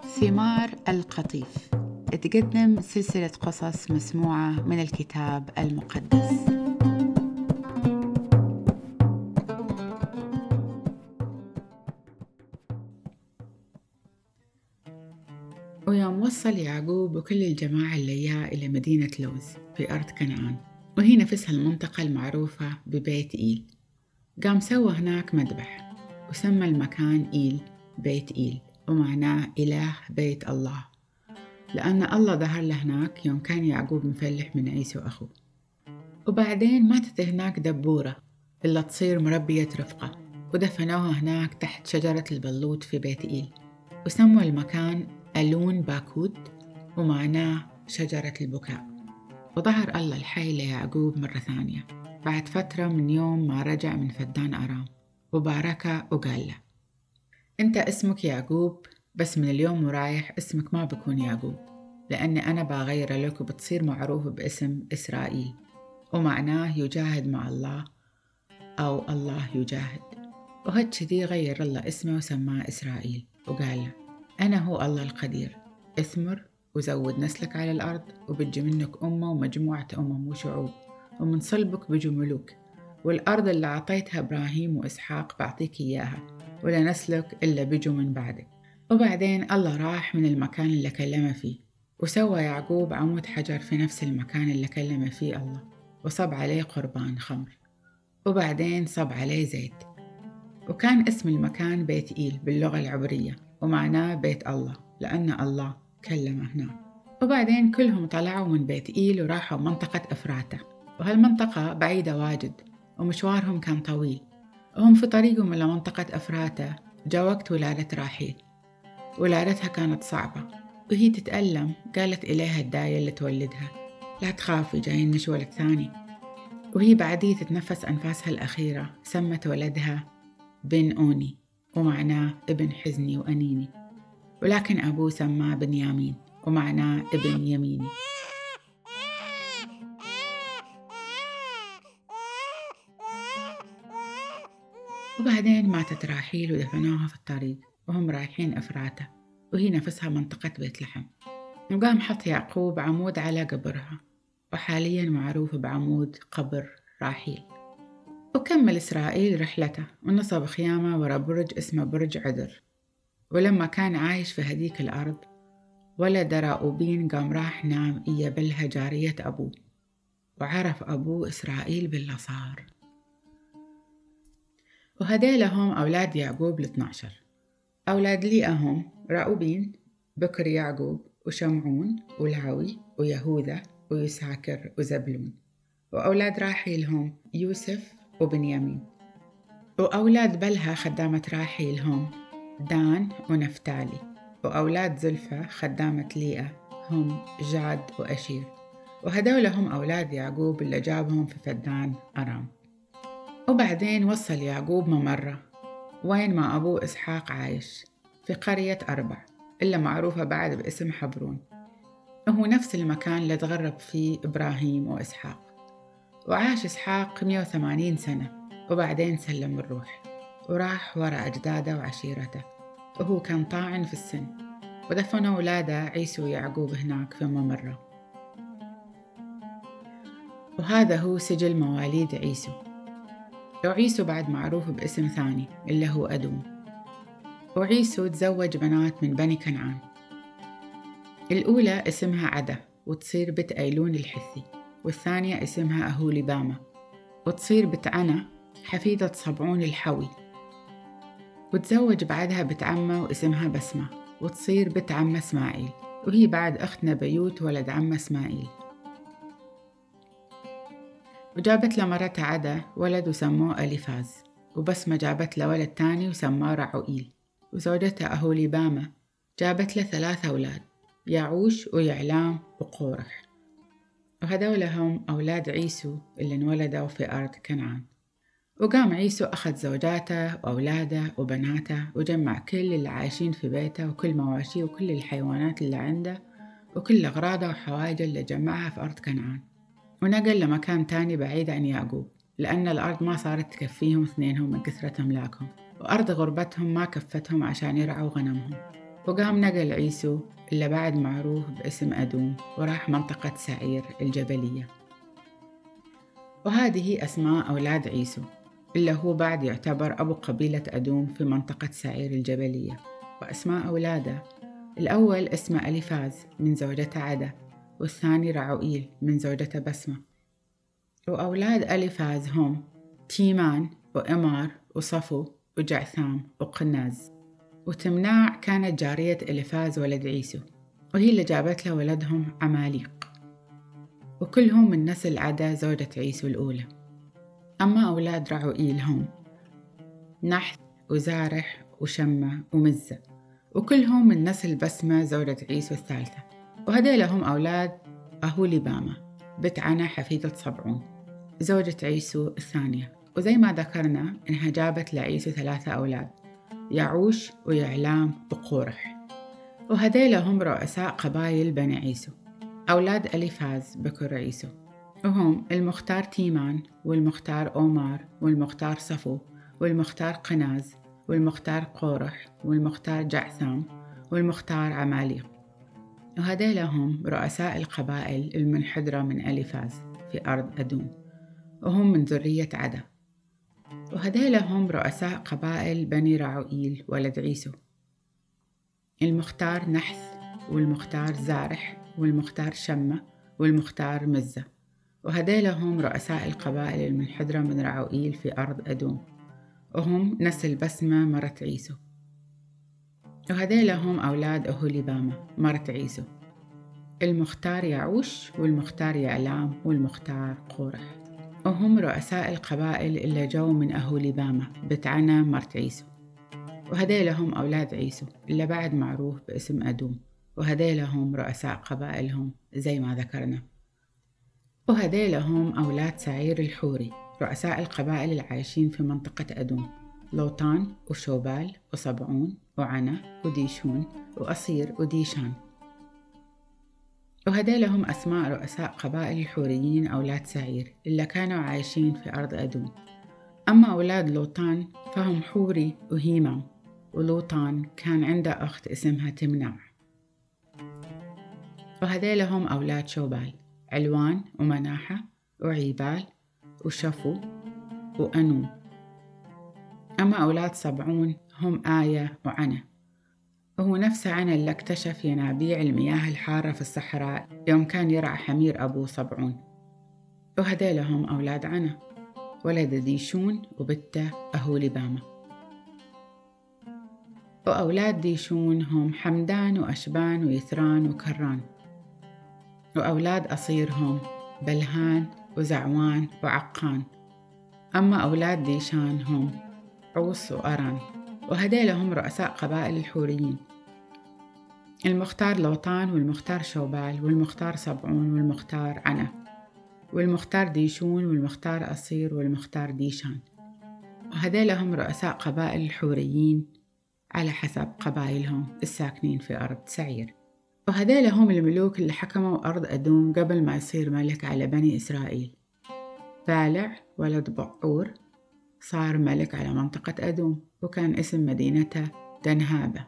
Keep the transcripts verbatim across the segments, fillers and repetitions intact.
ثمار القطيف تقدم سلسلة قصص مسموعة من الكتاب المقدس. ويوم وصل يعقوب وكل الجماعة اللي إياه إلى مدينة لوز في أرض كنعان، وهي نفسها المنطقة المعروفة ببيت إيل. قام سوى هناك مذبح وسمى المكان إيل بيت إيل، ومعناه إله بيت الله، لأن الله ظهر له هناك يوم كان يعقوب مفلح من عيسو أخوه. وبعدين ماتت هناك دبورة اللي تصير مربية رفقة، ودفنوها هناك تحت شجرة البلوط في بيت إيل، وسموا المكان ألون باكود، ومعناه شجرة البكاء. وظهر الله الحي ليعقوب مرة ثانية بعد فترة من يوم ما رجع من فدان أرام، وباركه وقال له: أنت اسمك يعقوب، بس من اليوم ورايح اسمك ما بكون يعقوب، لأني أنا بغير لك وبتصير معروف باسم إسرائيل، ومعناه يجاهد مع الله أو الله يجاهد. وهد شذي غير الله اسمه وسماه إسرائيل، وقال له: أنا هو الله القدير، اثمر وزود نسلك على الأرض، وبتجي منك أمة ومجموعة أمم وشعوب، ومن صلبك بيجوا ملوك، والأرض اللي عطيتها إبراهيم وإسحاق بعطيك إياها ولا نسلك إلا بيجوا من بعدك. وبعدين الله راح من المكان اللي كلمه فيه، وسوى يعقوب عمود حجر في نفس المكان اللي كلمه فيه الله، وصب عليه قربان خمر، وبعدين صب عليه زيت. وكان اسم المكان بيت إيل باللغة العبرية، ومعناه بيت الله، لأن الله كلمه هناك. وبعدين كلهم طلعوا من بيت إيل وراحوا منطقة أفراتة، وهالمنطقة بعيدة واجد ومشوارهم كان طويل. وهم في طريقهم إلى منطقة أفراتة جاء وقت ولادة راحيل. ولادتها كانت صعبة وهي تتألم، قالت إليها الداية اللي تولدها: لا تخافي، جايين نش ولد ثاني. وهي بعديه تتنفس أنفاسها الأخيرة سمت ولدها بن أوني، ومعناه ابن حزني وأنيني، ولكن أبوه سماه بنيامين، ومعناه ابن يميني. وبعدين ماتت راحيل ودفنوها في الطريق وهم رايحين أفراتة، وهي نفسها منطقة بيت لحم. وقام حط يعقوب عمود على قبرها، وحاليا معروف بعمود قبر راحيل. وكمل إسرائيل رحلته ونصب خيامة ورا برج اسمه برج عذر. ولما كان عايش في هديك الأرض ولد راؤوبين، قام راح نام إيابلها جارية أبوه، وعرف أبوه إسرائيل بالله صار. وهديلهم أولاد يعقوب الاثناشر. أولاد ليئة هم راؤوبين، بكر يعقوب، وشمعون، ولاوي، ويهوذا، ويساكر، وزبلون. وأولاد راحيل هم يوسف وبنيامين. وأولاد بلها خدامة راحيل هم دان ونفتالي. وأولاد زلفة خدامة ليئة هم جاد وأشير. وهدول هم أولاد يعقوب اللي جابهم في فدان أرام. وبعدين وصل يعقوب ممرة وين ما أبوه إسحاق عايش، في قرية أربع اللي معروفة بعد باسم حبرون، وهو نفس المكان اللي تغرب فيه إبراهيم وإسحاق. وعاش إسحاق مئة وثمانين سنة، وبعدين سلم الروح وراح وراء أجداده وعشيرته، وهو كان طاعن في السن. ودفنوا ولاده عيسو ويعقوب هناك في ممرة. وهذا هو سجل مواليد عيسو. وعيسو بعد معروف باسم ثاني اللي هو أدوم. وعيسو تزوج بنات من بني كنعان. الأولى اسمها عدا وتصير بنت أيلون الحثي، والثانية اسمها أهوليبامة وتصير بنت عنا حفيدة صبعون الحوي. وتزوج بعدها بنت عمه واسمها بسمة وتصير بنت عمه إسماعيل، وهي بعد أخت نبيوت ولد عمه إسماعيل. وجابت له مرتها عدا ولد وسموه أليفاز. وبسمة جابت له ولد تاني وسموه رعوئيل. وزوجتها أهوليبامة جابت له ثلاثة أولاد، يعوش ويعلام وقورح. وهذول هم أولاد عيسو اللي انولدوا في أرض كنعان. وقام عيسو أخذ زوجاته وأولاده وبناته وجمع كل اللي عايشين في بيته وكل مواشيه وكل الحيوانات اللي عنده وكل أغراضه وحوايجه اللي جمعها في أرض كنعان، ونقل لمكان تاني بعيد عن يعقوب، لأن الأرض ما صارت تكفيهم اثنينهم من كثرة أملاكهم، وأرض غربتهم ما كفتهم عشان يرعوا غنمهم. وقام نقل عيسو اللي بعد معروف باسم أدوم وراح منطقة سعير الجبلية. وهذه أسماء أولاد عيسو اللي هو بعد يعتبر أبو قبيلة أدوم في منطقة سعير الجبلية. وأسماء أولاده: الأول اسمه أليفاز من زوجته عدا، والثاني رعوئيل من زوجته بسمة. وأولاد أليفاز هم تيمان وإمار وصفو وجعثام وقناز. وتمناع كانت جارية أليفاز ولد عيسو، وهي اللي جابت له ولدهم عماليق، وكلهم من نسل عدا زوجة عيسو الأولى. أما أولاد رعوئيل هم نحث وزارح وشمة ومزة، وكلهم من نسل بسمة زوجة عيسو الثالثة. وهذيل هم أولاد أهوليبامة بنت عنا حفيدة صبعون زوجة عيسو الثانية. وزي ما ذكرنا إنها جابت لعيسو ثلاثة أولاد: يعوش ويعلام وقورح. وهذيل هم رؤساء قبائل بني عيسو، أولاد أليفاز بكر عيسو، وهم المختار تيمان والمختار أومار والمختار صفو والمختار قناز والمختار قورح والمختار جعثام والمختار عماليق. وهذيل هم رؤساء القبائل المنحدرة من أليفاز في أرض أدوم، وهم من ذرية عدا. وهذيل هم رؤساء قبائل بني رعوئيل ولد عيسو: المختار نحث والمختار زارح والمختار شمة والمختار مزة. وهذيل هم رؤساء القبائل المنحدرة من رعوئيل في أرض أدوم، وهم نسل بسمة مرت عيسو. وهذيل هم أولاد أهوليبامة مرت عيسو: المختار يعوش والمختار يعلام والمختار قورح. وهم رؤساء القبائل اللي جو من أهوليبامة بنت عنا مرت عيسو. وهذيل هم أولاد عيسو اللي بعد معروف باسم أدوم، وهذيل هم رؤساء قبائلهم زي ما ذكرنا. وهذيل هم أولاد سعير الحوري رؤساء القبائل العايشين في منطقة أدوم: لوطان وشوبال وصبعون وعنا وديشون وأصير وديشان. وهذيل هم أسماء رؤساء قبائل الحوريين أولاد سعير اللي كانوا عايشين في أرض أدوم. أما أولاد لوطان فهم حوري وهيمام، ولوطان كان عنده أخت اسمها تمناع. وهذيل هم أولاد شوبال: علوان ومناحة وعيبال وشفو وأنوم. أما أولاد صبعون هم آية وعنا، وهو نفس عنا اللي اكتشف ينابيع المياه الحارة في الصحراء يوم كان يرعى حمير أبو صبعون. وهذيل هم أولاد عنا ولد ديشون وبته أهوليبامة. وأولاد ديشون هم حمدان وأشبان ويثران وكران. وأولاد أصير هم بلهان وزعوان وعقان. أما أولاد ديشان هم عوس وأران. وهذيل هم رؤساء قبائل الحوريين: المختار لوطان والمختار شوبال والمختار صبعون والمختار عنا والمختار ديشون والمختار أصير والمختار ديشان. وهذيل هم رؤساء قبائل الحوريين على حسب قبائلهم الساكنين في أرض سعير. وهذيل هم الملوك اللي حكموا أرض أدوم قبل ما يصير ملك على بني إسرائيل. بالع ولد بعور صار ملك على منطقة أدوم، وكان اسم مدينته دنهابة.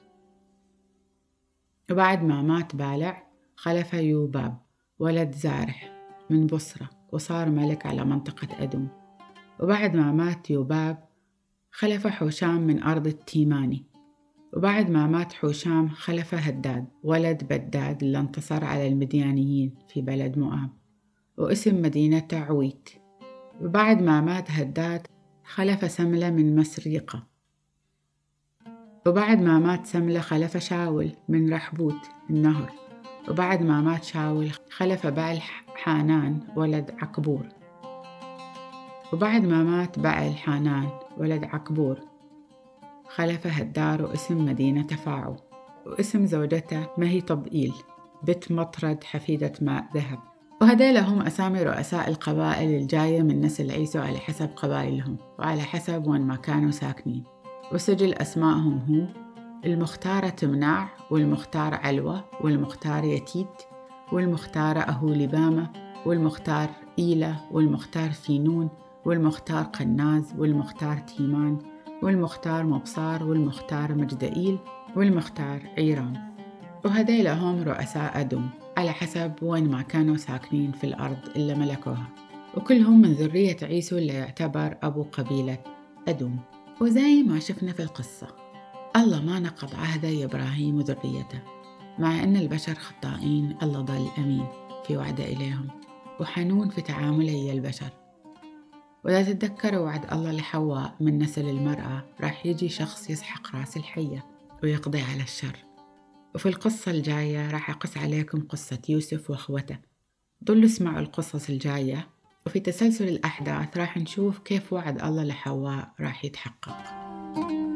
وبعد ما مات بالع خلف يوباب ولد زارح من بصرة وصار ملك على منطقة أدوم. وبعد ما مات يوباب خلف حوشام من أرض التيماني. وبعد ما مات حوشام خلف هداد ولد بداد اللي انتصر على المديانيين في بلد مؤاب، واسم مدينته عويت. وبعد ما مات هداد خلف سملة من مسريقة. وبعد ما مات سملة خلف شاول من رحبوت النهر. وبعد ما مات شاول خلف بعل حانان ولد عكبور. وبعد ما مات بعل حانان ولد عكبور خلف هدار واسم مدينة فاعو. واسم زوجته مهي طبئيل بنت مطرد حفيدة ماء ذهب. وهذيل هم أسامي رؤساء القبائل الجاية من نسل عيسو على حسب قبائلهم وعلى حسب وين ما كانوا ساكنين. وسجل أسمائهم هو المختار تمناع والمختار علوة والمختار يتيت والمختار أهوليبامة والمختار إيلة والمختار فينون والمختار قناز والمختار تيمان والمختار مبصار والمختار مجدئيل والمختار عيرام، وهذيلا هم رؤساء أدوم على حسب وين ما كانوا ساكنين في الأرض اللي ملكوها، وكلهم من ذرية عيسو اللي يعتبر أبو قبيلة أدوم. وزي ما شفنا في القصة، الله ما نقض عهده يا إبراهيم وذريته، مع أن البشر خطائين. الله ظل أمين في وعده إليهم وحنون في تعامله ويا البشر. وإذا تتذكروا وعد الله لحواء من نسل المرأة راح يجي شخص يسحق راس الحية ويقضي على الشر. وفي القصة الجاية راح أقص عليكم قصة يوسف وأخوته. ضلوا اسمعوا القصص الجاية، وفي تسلسل الأحداث راح نشوف كيف وعد الله لحواء راح يتحقق.